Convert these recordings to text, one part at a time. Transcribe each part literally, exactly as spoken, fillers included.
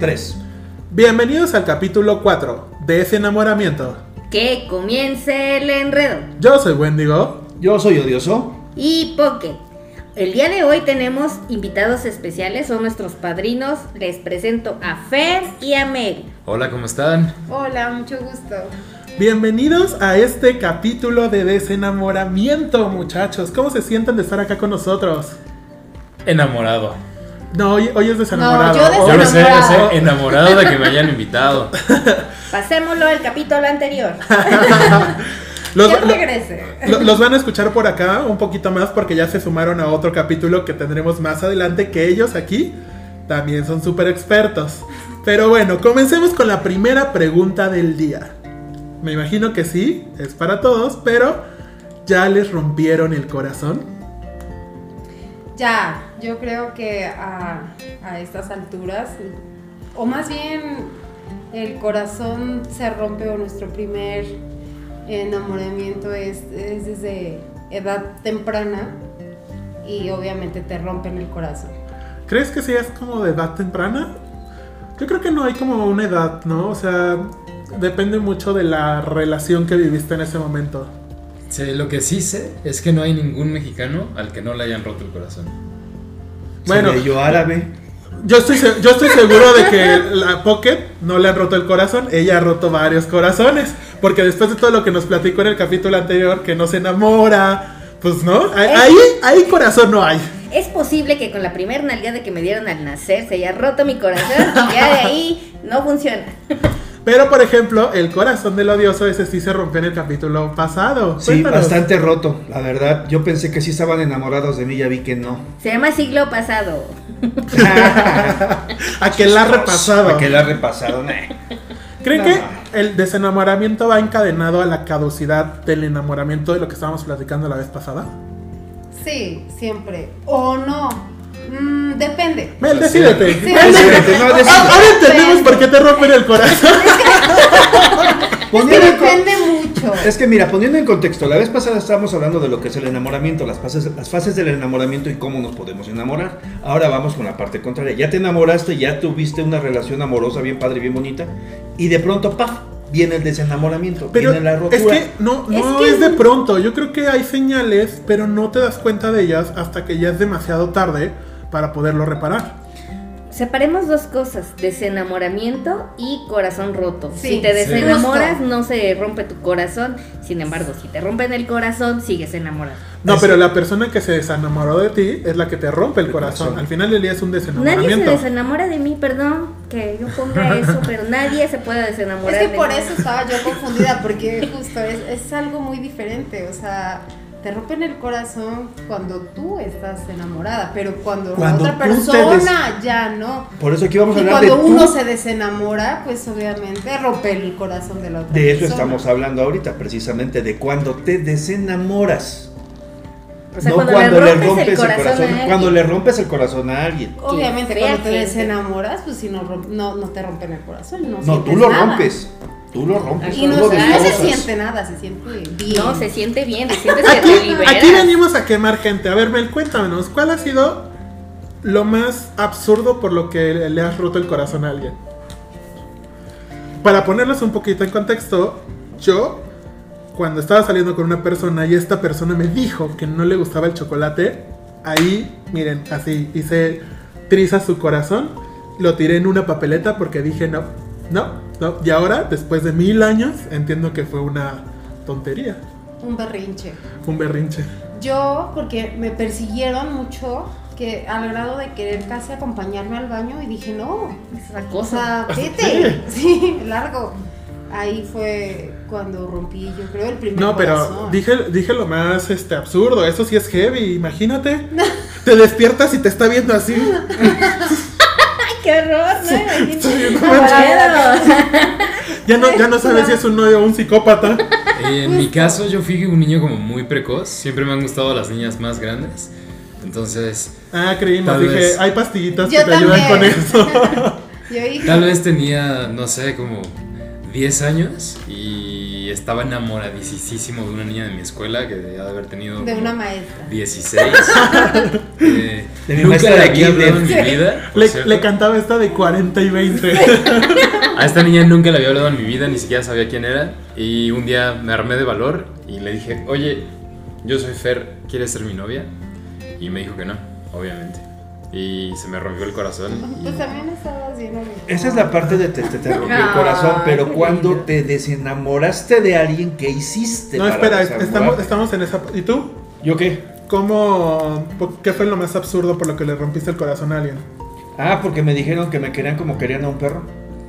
tres. Bienvenidos al capítulo cuatro de ese enamoramiento. Que comience el enredo. Yo soy Wendigo. Yo soy Odioso. Y Poké. El día de hoy tenemos invitados especiales, son nuestros padrinos. Les presento a Fer y a Mary. Hola, ¿cómo están? Hola, mucho gusto. Bienvenidos a este capítulo de desenamoramiento, muchachos. ¿Cómo se sienten de estar acá con nosotros? Enamorado. No, hoy, hoy es desenamorado. No, yo Yo lo sé, lo Enamorado. sé, enamorado de que me hayan invitado. Pasémoslo al capítulo anterior. Los, Que lo- regrese. lo- los van a escuchar por acá un poquito más porque ya se sumaron a otro capítulo que tendremos más adelante, que ellos aquí también son súper expertos. Pero bueno, comencemos con la primera pregunta del día. Me imagino que sí, es para todos, pero ¿ya les rompieron el corazón? Ya, yo creo que a, a estas alturas, o más bien el corazón se rompe o nuestro primer enamoramiento es, es desde edad temprana y obviamente te rompen el corazón. ¿Crees que sí es como de edad temprana? Yo creo que no hay como una edad, ¿no? O sea, depende mucho de la relación que viviste en ese momento. Sí, lo que sí sé es que no hay ningún mexicano al que no le hayan roto el corazón. Bueno. Se leyó árabe. Yo estoy, se- yo estoy seguro de que la Pocket no le han roto el corazón. Ella ha roto varios corazones. Porque después de todo lo que nos platicó en el capítulo anterior, que no se enamora, pues no, ahí, ahí, ahí corazón no hay. Es posible que con la primera nalgada que me dieron al nacer se haya roto mi corazón y ya de ahí no funciona. Pero por ejemplo, el corazón del odioso, ese sí se rompió en el capítulo pasado. Sí, Cuéntanos. bastante roto, la verdad. Yo pensé que sí estaban enamorados de mí, ya vi que no. Se llama siglo pasado. Aquel ha repasado. ¿A qué la ha repasado? Nah. ¿Creen No. que el desenamoramiento va encadenado a la caducidad del enamoramiento de lo que estábamos platicando la vez pasada? Sí, siempre. O no. Mm, depende. Mel, Pues sí. decídete. Sí. Mel, Decídete, no, Ah, decídete. ahora entendemos por qué te rompen el corazón. Es que Poniendo en co- depende mucho. Es que mira, poniendo en contexto, la vez pasada estábamos hablando de lo que es el enamoramiento, las fases, las fases del enamoramiento y cómo nos podemos enamorar. Ahora vamos con la parte contraria. Ya te enamoraste, ya tuviste una relación amorosa bien padre, bien bonita, y de pronto, ¡paf!, viene el desenamoramiento, Pero viene la rotura. es que no, no Es es, que- de pronto. Yo creo que hay señales, pero no te das cuenta de ellas hasta que ya es demasiado tarde para poderlo reparar. Separemos dos cosas, desenamoramiento y corazón roto. Sí, si te sí. desenamoras, Justo. no se rompe tu corazón. Sin embargo, si te rompen el corazón, sigues enamorado. No, Es pero que- la persona que se desenamoró de ti es la que te rompe el El corazón. corazón. Al final del día es un Nadie se desenamoramiento. desenamora de mí, perdón que yo ponga eso, pero nadie se puede desenamorar Es que de por mí. eso estaba yo confundida, porque justo es, es algo muy diferente. O sea, te rompen el corazón cuando tú estás enamorada, pero cuando, Cuando la otra tú te persona ya no. Por eso aquí vamos a Y hablar de cuando tú. uno se desenamora, pues obviamente rompe el corazón de la otra De eso persona. estamos hablando ahorita, precisamente, de cuando te desenamoras. O sea, No cuando, cuando le le rompes rompes el corazón, a alguien. cuando le rompes el corazón a alguien. Obviamente Qué cuando fea te gente. desenamoras, pues si no, romp- no, no te rompen el corazón. No, No, sientes tú lo nada. rompes. Tú lo rompes. Y tú no, lo se- no se destrozas. siente nada, se siente bien. No, se siente bien, se siente que Aquí, te liberas. aquí venimos a quemar gente. A ver, Mel, cuéntanos, ¿cuál ha sido lo más absurdo por lo que le has roto el corazón a alguien? Para ponerlos un poquito en contexto, yo, cuando estaba saliendo con una persona y esta persona me dijo que no le gustaba el chocolate, ahí, miren, así, hice triza su corazón, lo tiré en una papeleta porque dije no, no, no. Y ahora, después de mil años, entiendo que fue una tontería, Un berrinche. un berrinche. Yo, porque me persiguieron mucho, que al grado de querer casi acompañarme al baño, y dije, no, Es una o cosa. sea, vete, sí, largo. Ahí fue cuando rompí, yo creo, el primer No, pero corazón. dije, dije lo más este absurdo, eso sí es heavy, imagínate. Te despiertas y te está viendo así. ¡Ay, qué horror! ¿No? Imagínate. Sí, no No manches. puedo. Ya no, ya no sabes si es un novio o un psicópata. Eh, en mi caso, yo fui un niño como muy precoz. Siempre me han gustado las niñas más grandes. Entonces, Ah, creímos, Tal dije, vez. hay pastillitas Yo que te ayudan con también. eso. Yo dije, tal vez tenía, no sé, como diez años. Y estaba enamoradísimo de una niña de mi escuela que debía de haber tenido De una maestra. dieciséis. eh, De mi nunca maestra la de había hablado en kinder. mi vida. por Le, cierto. le cantaba esta de cuarenta y veinte. A esta niña nunca la había hablado en mi vida, ni siquiera sabía quién era. Y un día me armé de valor y le dije, oye, yo soy Fer, ¿quieres ser mi novia? Y me dijo que no, obviamente. Y se me rompió el corazón. y- Pues también estabas lleno de... Esa es la parte de te, te, te rompió el Ay, corazón, pero qué cuando lindo. te desenamoraste de alguien, ¿qué hiciste? No, para espera, desenamorarte? estamos, estamos en esa... ¿Y tú? ¿Yo qué? ¿Cómo... por- ¿Qué fue lo más absurdo por lo que le rompiste el corazón a alguien? Ah, porque me dijeron que me querían como querían a un perro.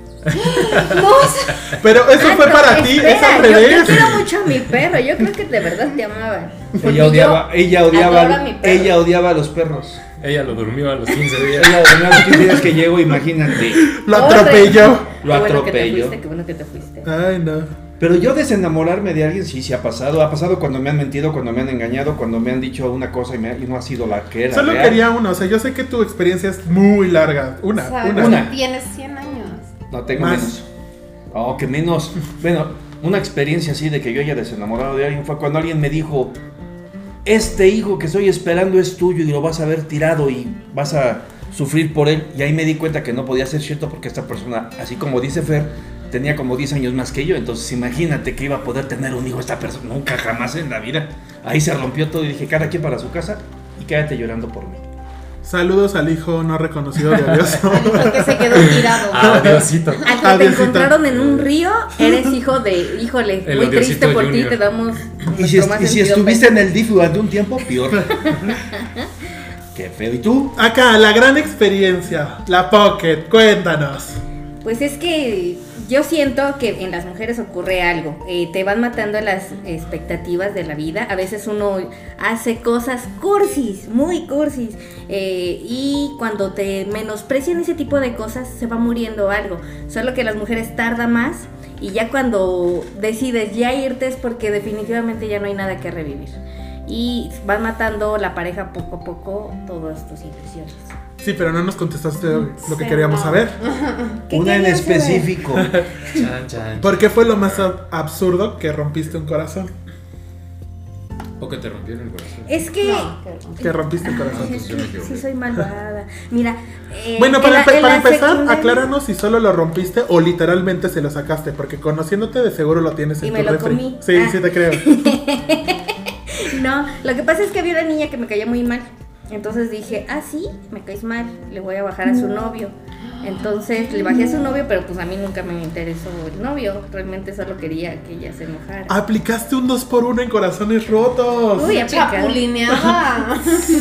Pero eso Ah, fue no, para ti, espera, es al yo- Yo, revés. quiero mucho a mi perro, yo creo que de verdad te amaba. Porque Ella odiaba, yo ella adoro a odiaba, mi perro. ella odiaba a los perros. Ella lo durmió a los quince días. Ella odiaba a los quince días que llego, imagínate. Lo Corre. atropelló. Lo Qué bueno que te atropello. fuiste, qué bueno que te fuiste. Ay, no. Pero yo desenamorarme de alguien sí, sí ha pasado. Ha pasado cuando me han mentido, cuando me han engañado, cuando me han dicho una cosa y, me- y no ha sido la que era. Solo real. quería uno, o sea, yo sé que tu experiencia es muy larga. Una, O sea, una. Una. Tienes cien años. No, tengo Más. menos. Oh, que menos. Bueno, una experiencia así de que yo haya desenamorado de alguien fue cuando alguien me dijo, este hijo que estoy esperando es tuyo y lo vas a ver tirado y vas a sufrir por él. Y ahí me di cuenta que no podía ser cierto porque esta persona, así como dice Fer, tenía como diez años más que yo. Entonces imagínate que iba a poder tener un hijo esta persona. Nunca, jamás en la vida. Ahí se rompió todo y dije, cada quien para su casa y quédate llorando por mí. Saludos al hijo no reconocido de Dios. Al hijo que se quedó tirado. Ah, Diosito. Al que te Adiosito. encontraron en un río, eres hijo de, híjole, El muy Odiosito triste por Junior. ti, te damos Y si, nuestro más y si sentido estuviste en pésame. el D I F durante un tiempo, peor. Qué feo. ¿Y tú? Acá, la gran experiencia, la Pocket, cuéntanos. Pues es que yo siento que en las mujeres ocurre algo, eh, te van matando las expectativas de la vida, a veces uno hace cosas cursis, muy cursis, eh, y cuando te menosprecian ese tipo de cosas se va muriendo algo, solo que las mujeres tardan más y ya cuando decides ya irte es porque definitivamente ya no hay nada que revivir y van matando la pareja poco a poco todas tus ilusiones. Sí, pero no nos contestaste lo que Sí, queríamos no. saber. ¿Qué Una en querías saber? específico. Chan, chan. ¿Por qué fue lo más ab- absurdo que rompiste un corazón? O que te rompieron el corazón. Es que... No, qué horror. Que rompiste el corazón. Ay, es Yo me que equivoqué. sí soy malvada. Mira, eh, Bueno, en para, la- empe- en para la empezar, secundaria- acláranos si solo lo rompiste o literalmente se lo sacaste, porque conociéndote de seguro lo tienes en Y tu me lo refri. comí. Sí, Ah. sí te creo. No, lo que pasa es que había una niña que me caía muy mal. Entonces dije, ah, sí, me caes mal, le voy a bajar a su novio. Entonces le bajé a su novio, pero pues a mí nunca me interesó el novio. Realmente solo quería que ella se enojara. Aplicaste un dos por uno en corazones rotos. Uy, aplicado. Chapulineada.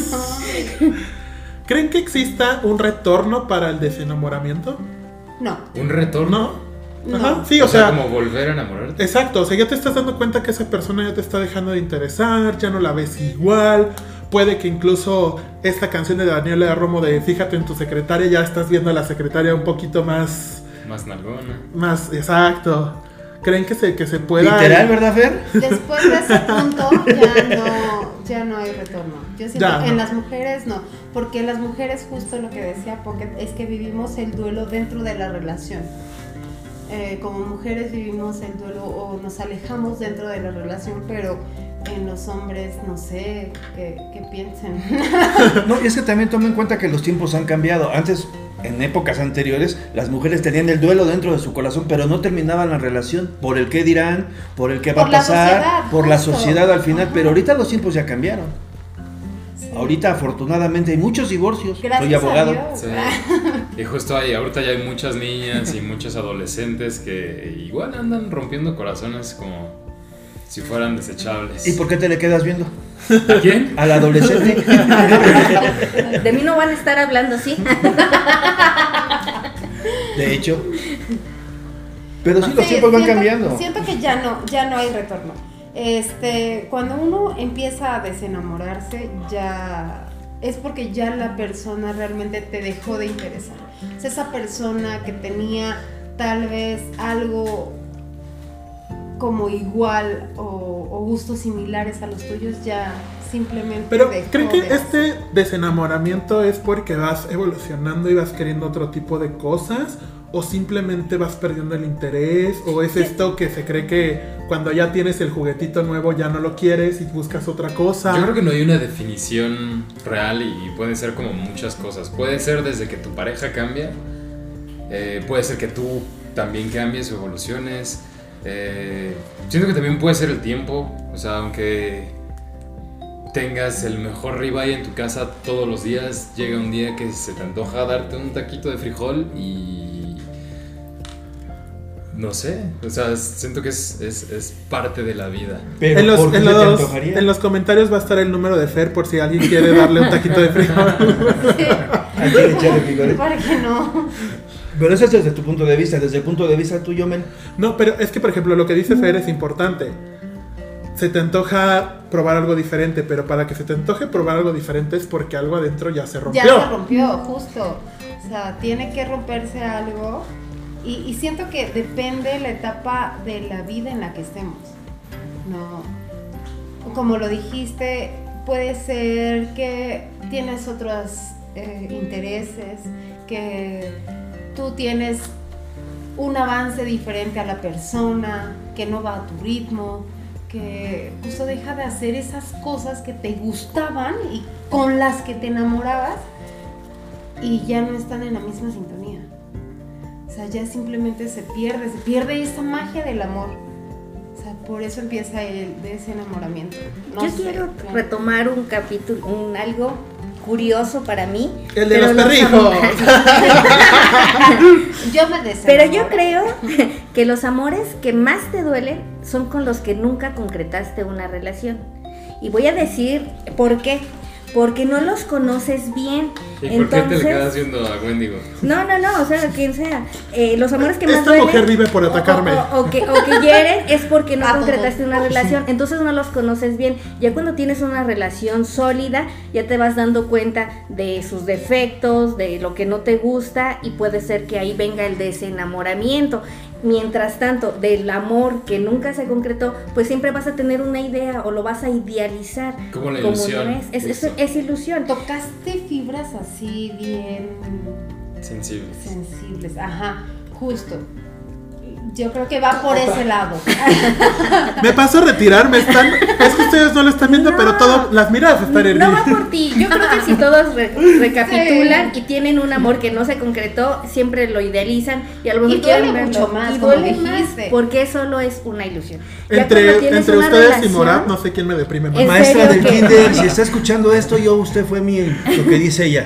¿Creen que exista un retorno para el desenamoramiento? No. ¿Un retorno? ¿No? No. Ajá, sí, o, sea, como volver a enamorarte. exacto, o sea, ya te estás dando cuenta que esa persona ya te está dejando de interesar, ya no la ves igual. Puede que incluso esta canción de Daniela Romo de Fíjate en tu secretaria, ya estás viendo a la secretaria un poquito más, Más nalgona. más exacto. ¿Creen que se, que se pueda? Literal, ¿verdad, Fer? Después de ese punto ya no, ya no hay retorno. Yo siento Ya, que en no. las mujeres no, porque en las mujeres justo lo que decía Pocket es que vivimos el duelo dentro de la relación. Eh, como mujeres vivimos el duelo o nos alejamos dentro de la relación, pero en los hombres no sé qué, qué piensen. No, y es que también toma en cuenta que los tiempos han cambiado. Antes, en épocas anteriores, las mujeres tenían el duelo dentro de su corazón, pero no terminaban la relación por el qué dirán, por el qué va Por a la pasar, sociedad, por la justo. sociedad al final. Ajá. Pero ahorita los tiempos ya cambiaron. Sí. Ahorita, afortunadamente, hay muchos divorcios. Gracias Soy abogado. a Dios. Sí. Y justo ahí, ahorita ya hay muchas niñas y muchos adolescentes que igual andan rompiendo corazones como si fueran desechables. ¿Y por qué te le quedas viendo? ¿A quién? Al adolescente. De mí no van a estar hablando, ¿sí? De hecho. Pero sí, los Sí, tiempos van siento- cambiando. Siento que ya no, ya no hay retorno. Este, cuando uno empieza a desenamorarse, ya es porque ya la persona realmente te dejó de interesar. O sea, esa persona que tenía tal vez algo como igual o, o gustos similares a los tuyos, ya simplemente Pero, dejó ¿creen que de este hacer. desenamoramiento es porque vas evolucionando y vas queriendo otro tipo de cosas? ¿O simplemente vas perdiendo el interés? ¿O es esto que se cree que cuando ya tienes el juguetito nuevo ya no lo quieres y buscas otra cosa? Yo creo que no hay una definición real y puede ser como muchas cosas. Puede ser desde que tu pareja cambia, eh, puede ser que tú también cambies o evoluciones. Eh, siento que también puede ser el tiempo, o sea, aunque tengas el mejor ribeye en tu casa todos los días, llega un día que se te antoja darte un taquito de frijol y... No sé, o sea, siento que es, es, es parte de la vida. Pero en, los, ¿por qué en, se te los, antojaría? en los comentarios va a estar el número de Fer por si alguien quiere darle un taquito de frijol. ¿A quién echarle frijoles? ¿Para qué no? Pero eso es desde tu punto de vista, desde el punto de vista tuyo, men. No, pero es que, por ejemplo, lo que dice Fer es importante. Se te antoja probar algo diferente, pero para que se te antoje probar algo diferente es porque algo adentro ya se rompió. Ya se rompió, justo. O sea, tiene que romperse algo. Y, y siento que depende la etapa de la vida en la que estemos. No. Como lo dijiste, puede ser que tienes otros eh, intereses, que tú tienes un avance diferente a la persona, que no va a tu ritmo, que justo deja de hacer esas cosas que te gustaban y con las que te enamorabas y ya no están en la misma sintonía. O sea, ya simplemente se pierde, se pierde esa magia del amor. O sea, por eso empieza el de ese enamoramiento. No Yo sé, quiero claro. retomar un capítulo, un algo curioso para mí. El de pero los perrijos. amores- Yo me desenamoro. Pero yo creo que los amores que más te duelen son con los que nunca concretaste una relación. Y voy a decir por qué. Porque no los conoces bien. ¿Y por qué te le quedas viendo a Wendigo? No, no, no, o sea, quien sea. Eh, los amores que más Esta duelen mujer vive por atacarme. O, o- o que, o que hieren es porque no A concretaste todos. una relación. Entonces no los conoces bien. Ya cuando tienes una relación sólida, ya te vas dando cuenta de sus defectos, de lo que no te gusta, y puede ser que ahí venga el desenamoramiento. Mientras tanto, del amor que nunca se concretó, pues siempre vas a tener una idea o lo vas a idealizar. Como la no ilusión, es. Es, es, justo. es ilusión. Tocaste fibras así bien Sensibles. sensibles. Ajá, justo. Yo creo que va por ese lado. Me paso a retirar, me están... Es que ustedes no lo están viendo, No. pero todo, las miradas están en No mí. va por ti. Yo creo que si todos re- recapitulan y tienen un amor que no se concretó, siempre lo idealizan y a lo mejor Y duele quieren verlo. mucho más, y como duele más dijiste. porque solo es una ilusión. Ya Entre, cuando tienes entre una ustedes y relación- Morat, no sé quién me deprime más. ¿En Maestra serio del que- kinder, si está escuchando esto, yo, usted fue mi, lo que dice ella.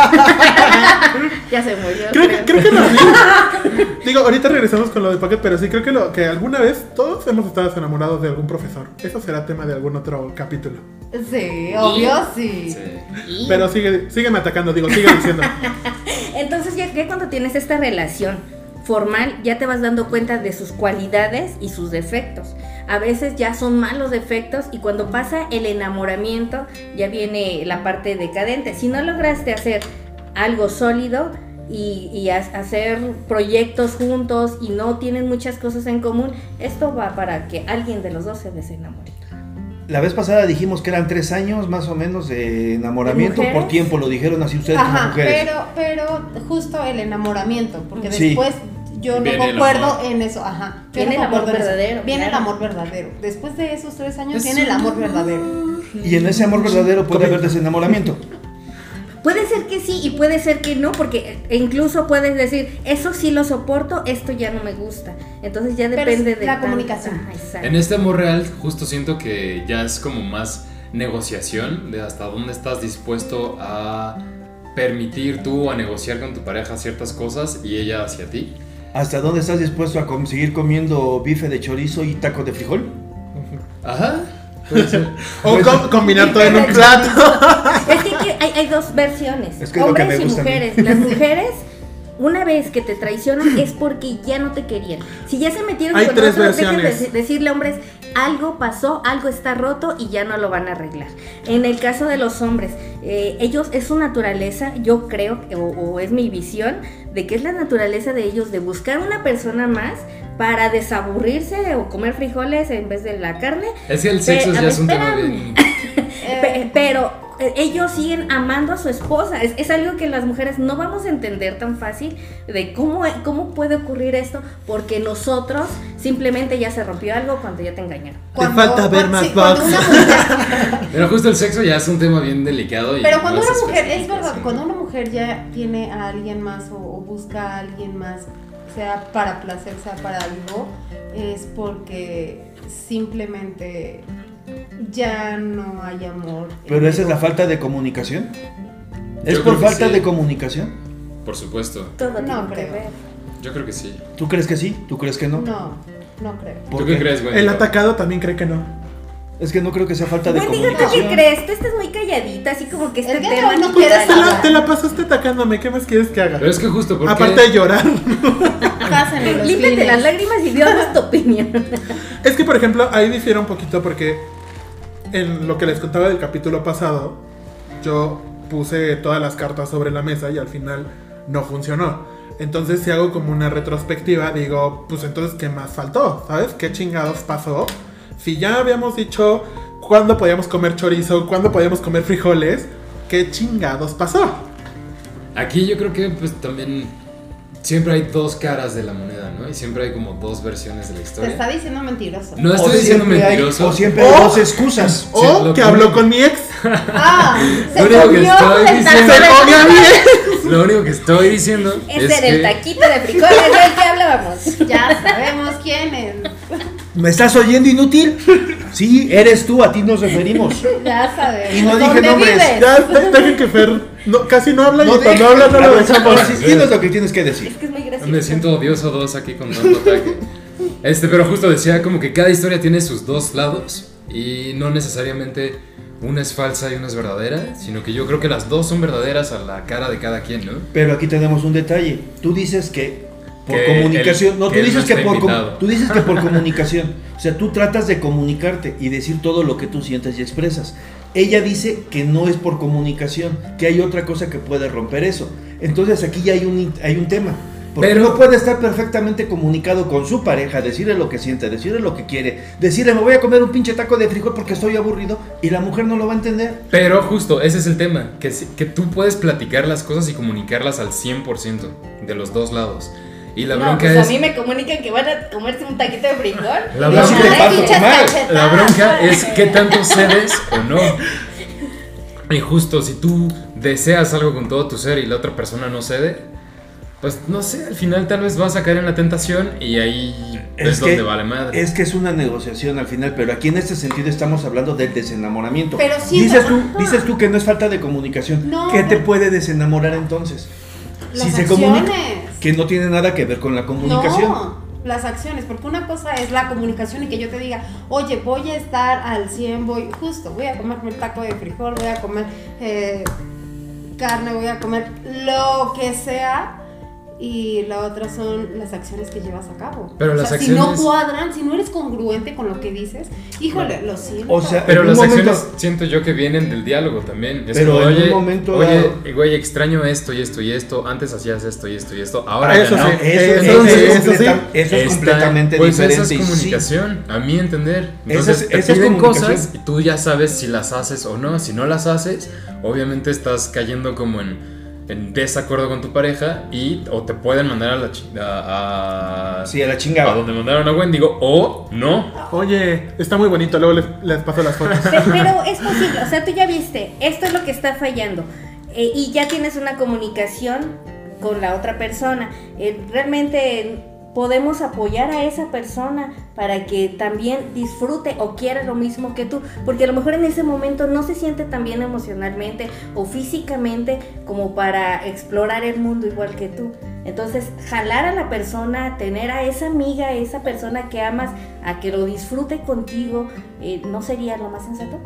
Ya se murió. Creo que, creo. creo que los niños... Digo, ahorita regresamos con lo de Pocket, pero sí creo que, lo, que alguna vez todos hemos estado enamorados de algún profesor. Eso será tema de algún otro capítulo. Sí, obvio sí. Sí. Y- Pero sigue, sígueme atacando, digo, sigue diciendo. Entonces ya, ya cuando tienes esta relación formal, ya te vas dando cuenta de sus cualidades y sus defectos. A veces ya son malos defectos y cuando pasa el enamoramiento ya viene la parte decadente. Si no lograste hacer algo sólido y, y ha- hacer proyectos juntos y no tienen muchas cosas en común, esto va para que alguien de los dos se desenamore. La vez pasada dijimos que eran tres años más o menos de enamoramiento. ¿De mujeres? Por tiempo lo dijeron así ustedes como Ajá, mujeres. pero, pero justo el enamoramiento, porque Sí. después yo no Viene el concuerdo amor. en eso, ajá. Yo Viene no el amor concuerdo en eso. verdadero, Viene el claro. amor verdadero. Después de esos tres años Es viene el amor verdadero. Y en ese amor verdadero puede haber desenamoramiento. Puede ser que sí y puede ser que no, porque e incluso puedes decir, eso sí lo soporto, esto ya no me gusta. Entonces ya Pero depende es de la tan- comunicación. Ajá, exacto. En este amor real, justo siento que ya es como más negociación de hasta dónde estás dispuesto a permitir tú a negociar con tu pareja ciertas cosas y ella hacia ti. ¿Hasta dónde estás dispuesto a com- seguir comiendo bife de chorizo y taco de frijol? Ajá. O com- combinar todo en un plato. Es que aquí hay, hay dos versiones, Es que es lo que hombres me y gusta a mí. mujeres. Las mujeres, una vez que te traicionan es porque ya no te querían. Si ya se metieron Hay con tres otro, dejen de versiones. deci- decirle hombres, algo pasó, algo está roto y ya no lo van a arreglar. En el caso de los hombres, eh, ellos es su naturaleza, yo creo, o, o es mi visión, de que es la naturaleza de ellos de buscar una persona más para desaburrirse o comer frijoles en vez de la carne. Es que el sexo Pe- a ya ver, es un tema espérame. bien... Pe- pero ellos siguen amando a su esposa. Es, es algo que las mujeres no vamos a entender tan fácil de cómo, cómo puede ocurrir esto, porque nosotros simplemente ya se rompió algo cuando ya te engañaron. Cuando, te falta ver más sí, cuando box. una mujer, Pero justo el sexo ya es un tema bien delicado. Y pero cuando no una es mujer, es específico, verdad, sí. cuando una mujer ya tiene a alguien más o, o busca a alguien más, sea para placer, sea para algo, es porque simplemente ya no hay amor. Pero esa es la falta de comunicación. ¿Es Yo por creo que falta sí. de comunicación? Por supuesto. Todo No tiene que creo. ver. Yo creo que sí. ¿Tú crees que sí? ¿Tú crees que no? No, no creo. ¿Por ¿Tú qué qué? crees, güey? El atacado también cree que no. Es que no creo que sea falta de Bueno, digo, ¿tú comunicación. qué crees? Tú estás muy calladita, así como que este Es que tema no ni quieres te Te da la, te la pasaste atacándome, ¿qué más quieres que haga? Pero es que justo porque... Aparte de llorar. Pásenle los Límpiate fines. las lágrimas y Dios tu opinión. Es que, por ejemplo, ahí difiere un poquito porque en lo que les contaba del capítulo pasado, yo puse todas las cartas sobre la mesa y al final no funcionó. Entonces, si hago como una retrospectiva, digo, pues entonces, ¿qué más faltó? ¿Sabes? ¿Qué chingados pasó? Si ya habíamos dicho cuándo podíamos comer chorizo, cuándo podíamos comer frijoles, ¿qué chingados pasó? Aquí yo creo que pues también siempre hay dos caras de la moneda, ¿no? Y siempre hay como dos versiones de la Te historia. está diciendo mentiroso. No O estoy diciendo siempre hay- mentiroso. o siempre hay O- dos excusas. O Sí, lo que que- habló con mi ex. Ah, se Lo único que comió estoy el diciendo- taco de ¡Se comió a mi frijoles. ex! Lo único que estoy diciendo Ese es era el que taquito de frijoles del que hablábamos. Ya sabemos quién es. ¿Me estás oyendo, inútil? Sí, eres tú, a ti nos referimos. Ya sabemos. Y no dije ¿Dónde nombres. vives? Ya, de- dejen que Fer no, casi no habla y cuando dejes- habla no A lo ver, dejamos. sí, dinos lo que tienes que decir. Es que es muy gracioso. me siento odioso dos aquí con tanto ataque. Este, pero justo decía como que cada historia tiene sus dos lados y no necesariamente una es falsa y una es verdadera, sino que yo creo que las dos son verdaderas a la cara de cada quien, ¿no? Pero aquí tenemos un detalle. Tú dices que por Que comunicación, él- no, tú que él dices no que está por com- invitado. tú dices que por comunicación. O sea, tú tratas de comunicarte y decir todo lo que tú sientes y expresas. Ella dice que no es por comunicación, que hay otra cosa que puede romper eso. Entonces aquí ya hay un hay un tema. Porque Pero- no puede estar perfectamente comunicado con su pareja, decirle lo que siente, decirle lo que quiere, decirle me voy a comer un pinche taco de frijol porque estoy aburrido y la mujer no lo va a entender. Pero justo, ese es el tema, que, si- que tú puedes platicar las cosas y comunicarlas al cien por ciento de los dos lados. Y la No, bronca pues es... a mí me comunican que van a comerse un taquito de frijol. La Y bronca- digo, sí te "Ay, parto tu pinches madre". cachetadas". La bronca es qué tanto cedes o no. Y justo, si tú deseas algo con todo tu ser y la otra persona no cede, pues no sé, al final tal vez vas a caer en la tentación y ahí es, donde vale madre. Es que es una negociación al final, pero aquí en este sentido estamos hablando del desenamoramiento. Pero sí, dices, pero- tú, dices tú que no es falta de comunicación. No, ¿Qué te pero- puede desenamorar entonces? Las se comunica, acciones. que no tiene nada que ver con la comunicación. No, las acciones, porque una cosa es la comunicación y que yo te diga, oye, voy a estar al cien, voy, justo, voy a comerme el taco de frijol, voy a comer eh, carne, voy a comer lo que sea. Y la otra son las acciones que llevas a cabo. Pero o las sea, si no acciones- cuadran, si no eres congruente con lo que dices, híjole, lo siento. O sea, Pero en las un momento- acciones siento yo que vienen del diálogo también. Es Pero como, en un oye, momento oye, dado- güey, extraño esto y esto y esto. Antes hacías esto y esto y esto. Ahora Ah, eso ya no. sí. Eso, Eso eso sí, es, eso completa- sí. eso es Está- completamente pues diferente. esa es y sí. comunicación, a mi entender. Esa Entonces es- te esa es piden comunicación. cosas y tú ya sabes si las haces o no. Si no las haces, obviamente estás cayendo como en, en desacuerdo con tu pareja y o te pueden mandar a la chi- a, a, Sí, a la a chingada. donde mandaron a Wendigo o no. Oye, está muy bonito, luego les, les paso las fotos. Pe- Pero es posible, o sea, tú ya viste, esto es lo que está fallando eh, y ya tienes una comunicación con la otra persona. Eh, realmente podemos apoyar a esa persona para que también disfrute o quiera lo mismo que tú, porque a lo mejor en ese momento no se siente tan bien emocionalmente o físicamente como para explorar el mundo igual que tú. Entonces, jalar a la persona, tener a esa amiga, esa persona que amas, a que lo disfrute contigo, eh, ¿no sería lo más sensato?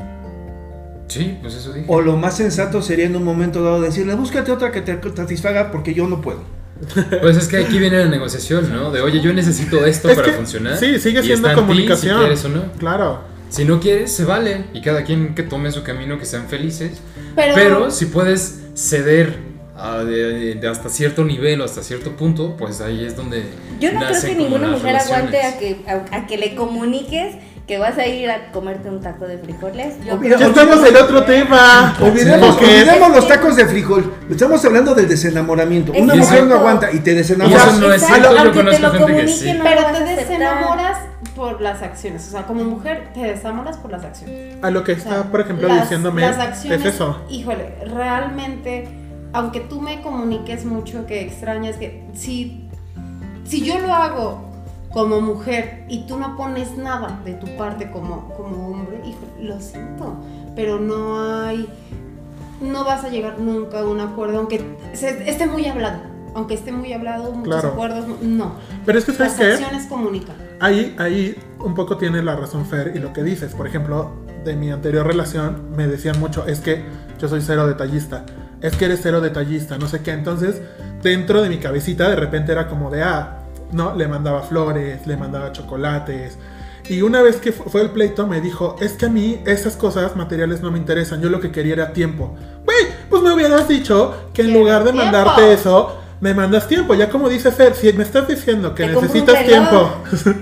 Sí, pues eso dije. O lo más sensato sería en un momento dado decirle, búscate otra que te satisfaga porque yo no puedo. Pues es que aquí viene la negociación, ¿no? De oye, yo necesito esto Es para que, funcionar. sí, sigue y siendo está en ti comunicación. si quieres o no. Claro. Si no quieres, se vale. Y cada quien que tome su camino, que sean felices. Pero- Pero, si puedes ceder a- de, de hasta cierto nivel o hasta cierto punto, pues ahí es donde. Yo no creo nacen que como ninguna las mujer aguante relaciones. a que, a, a que le comuniques que vas a ir a comerte un taco de frijoles. Yo Mira, Ya creo estamos en otro tema. Olvidemos, Porque- olvidemos los tacos de frijol. Estamos hablando del desenamoramiento. Una Exacto. mujer no aguanta y te Y desenamoras. eso no es Exacto, cierto, yo aunque te conozco lo gente que comunique, sí. no Pero lo vas te a aceptar. desenamoras por las acciones. O sea, como mujer te desenamoras por las acciones. A lo que O sea, está, por ejemplo, las- diciéndome, las acciones, es eso. Híjole, realmente, aunque tú me comuniques mucho que extrañas, que si, si yo lo hago como mujer y tú no pones nada de tu parte como, como hombre, híjole, lo siento, pero no hay, no vas a llegar nunca a un acuerdo, aunque se- esté muy hablado, aunque esté muy hablado, muchos Claro. acuerdos, no. Pero es que, ¿sabes Las qué? acciones comunican. Ahí, ahí un poco tiene la razón Fer y lo que dices. Por ejemplo, de mi anterior relación me decían mucho, es que yo soy cero detallista, es que eres cero detallista, no sé qué. Entonces, dentro de mi cabecita de repente era como de, ah, no, le mandaba flores, le mandaba chocolates. Y una vez que fu- fue el pleito me dijo, es que a mí esas cosas materiales no me interesan, yo lo que quería era tiempo. Güey, pues me hubieras dicho que en Quiero lugar de tiempo. mandarte eso, me mandas tiempo. Ya como dice Fer, si me estás diciendo que Te compro un necesitas reloj. tiempo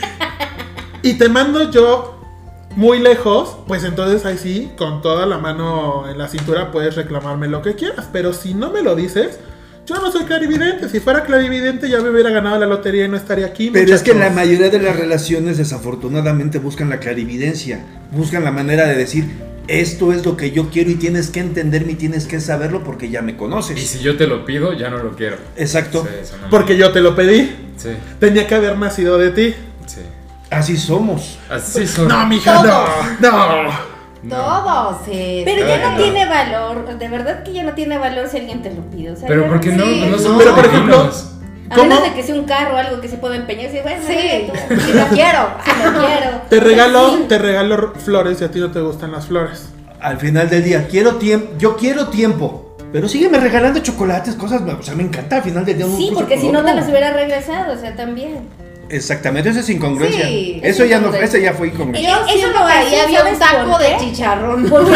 y te mando yo muy lejos, pues entonces ahí sí, con toda la mano en la cintura puedes reclamarme lo que quieras. Pero si no me lo dices, yo no soy clarividente. Si fuera clarividente ya me hubiera ganado la lotería y no estaría aquí. Pero es que la muchachos. mayoría de las relaciones desafortunadamente buscan la clarividencia, buscan la manera de decir, esto es lo que yo quiero y tienes que entenderme y tienes que saberlo porque ya me Y conoces. si yo te lo pido, ya no lo quiero. Exacto. Sí, eso no- Porque yo te lo pedí. Sí, Tenía que haber nacido de ti. sí. Así somos. Así son. No, mija, no. No. No. Todos. eh, Pero Claro ya que no no. tiene valor, de verdad que ya no tiene valor si alguien te lo pide. O sea, Pero ya ¿por qué no? Sí, No no. somos Pero, por ejemplo, divinos. A ¿cómo? menos de que sea un carro o algo que se pueda empeñar. Sí, bueno, Sí, dale tú. si lo quiero. Si lo quiero. Te regalo, Sí. te regalo flores y a ti no te gustan las flores. Al final del día, quiero tiempo, yo quiero tiempo, pero sígueme regalando chocolates, cosas, o sea, me encanta al final del día. un Sí, gusto porque por si no otro. te los hubiera regresado, o sea, también. Exactamente, eso es incongruencia. Sí, eso es ya no, incongruencia. ese ya fue incongruencia. Yo Eso siento lo que ahí hacía, había un ¿sabes taco por de qué? chicharrón. Porque-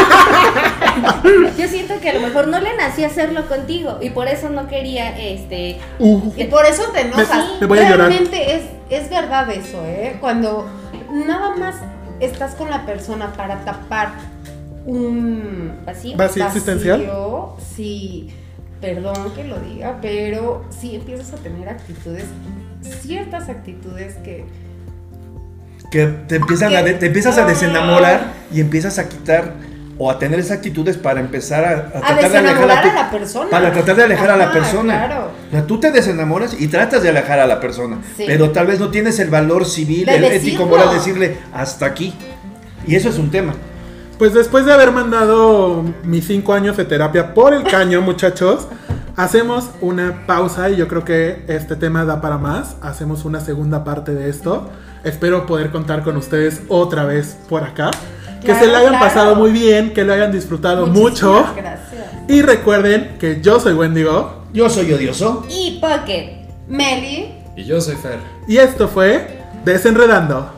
Yo siento que a lo mejor no le nació hacerlo contigo y por eso no quería, este... Uh, Y por eso te enojas. Me- me voy a llorar. Realmente es, es verdad eso, ¿eh? Cuando nada más estás con la persona para tapar un Vacío. ¿Vacío existencial? vacío, sí, perdón que lo diga, pero sí empiezas a tener actitudes, ciertas actitudes que... Que te empiezan a de- te empiezas a desenamorar y empiezas a quitar o a tener esas actitudes para empezar a, a A tratar de alejar desenamorar tu- a la persona. Para tratar de alejar a la Ajá, persona. claro. O sea, tú te desenamoras y tratas de alejar a la persona, Sí. pero tal vez no tienes el valor civil, De el ético, decirlo. moral, decirle hasta aquí. Y eso es un tema. Pues después de haber mandado mis cinco años de terapia por el caño, muchachos, hacemos una pausa y yo creo que este tema da para más. Hacemos una segunda parte de esto. Espero poder contar con ustedes otra vez por acá. Que Claro, se la hayan claro. pasado muy bien, que lo hayan disfrutado Muchísimas mucho. Gracias. Y recuerden que yo soy Wendigo Yo soy odioso. Y Pocket. Meli. Y yo soy Fer. y esto fue Desenredando.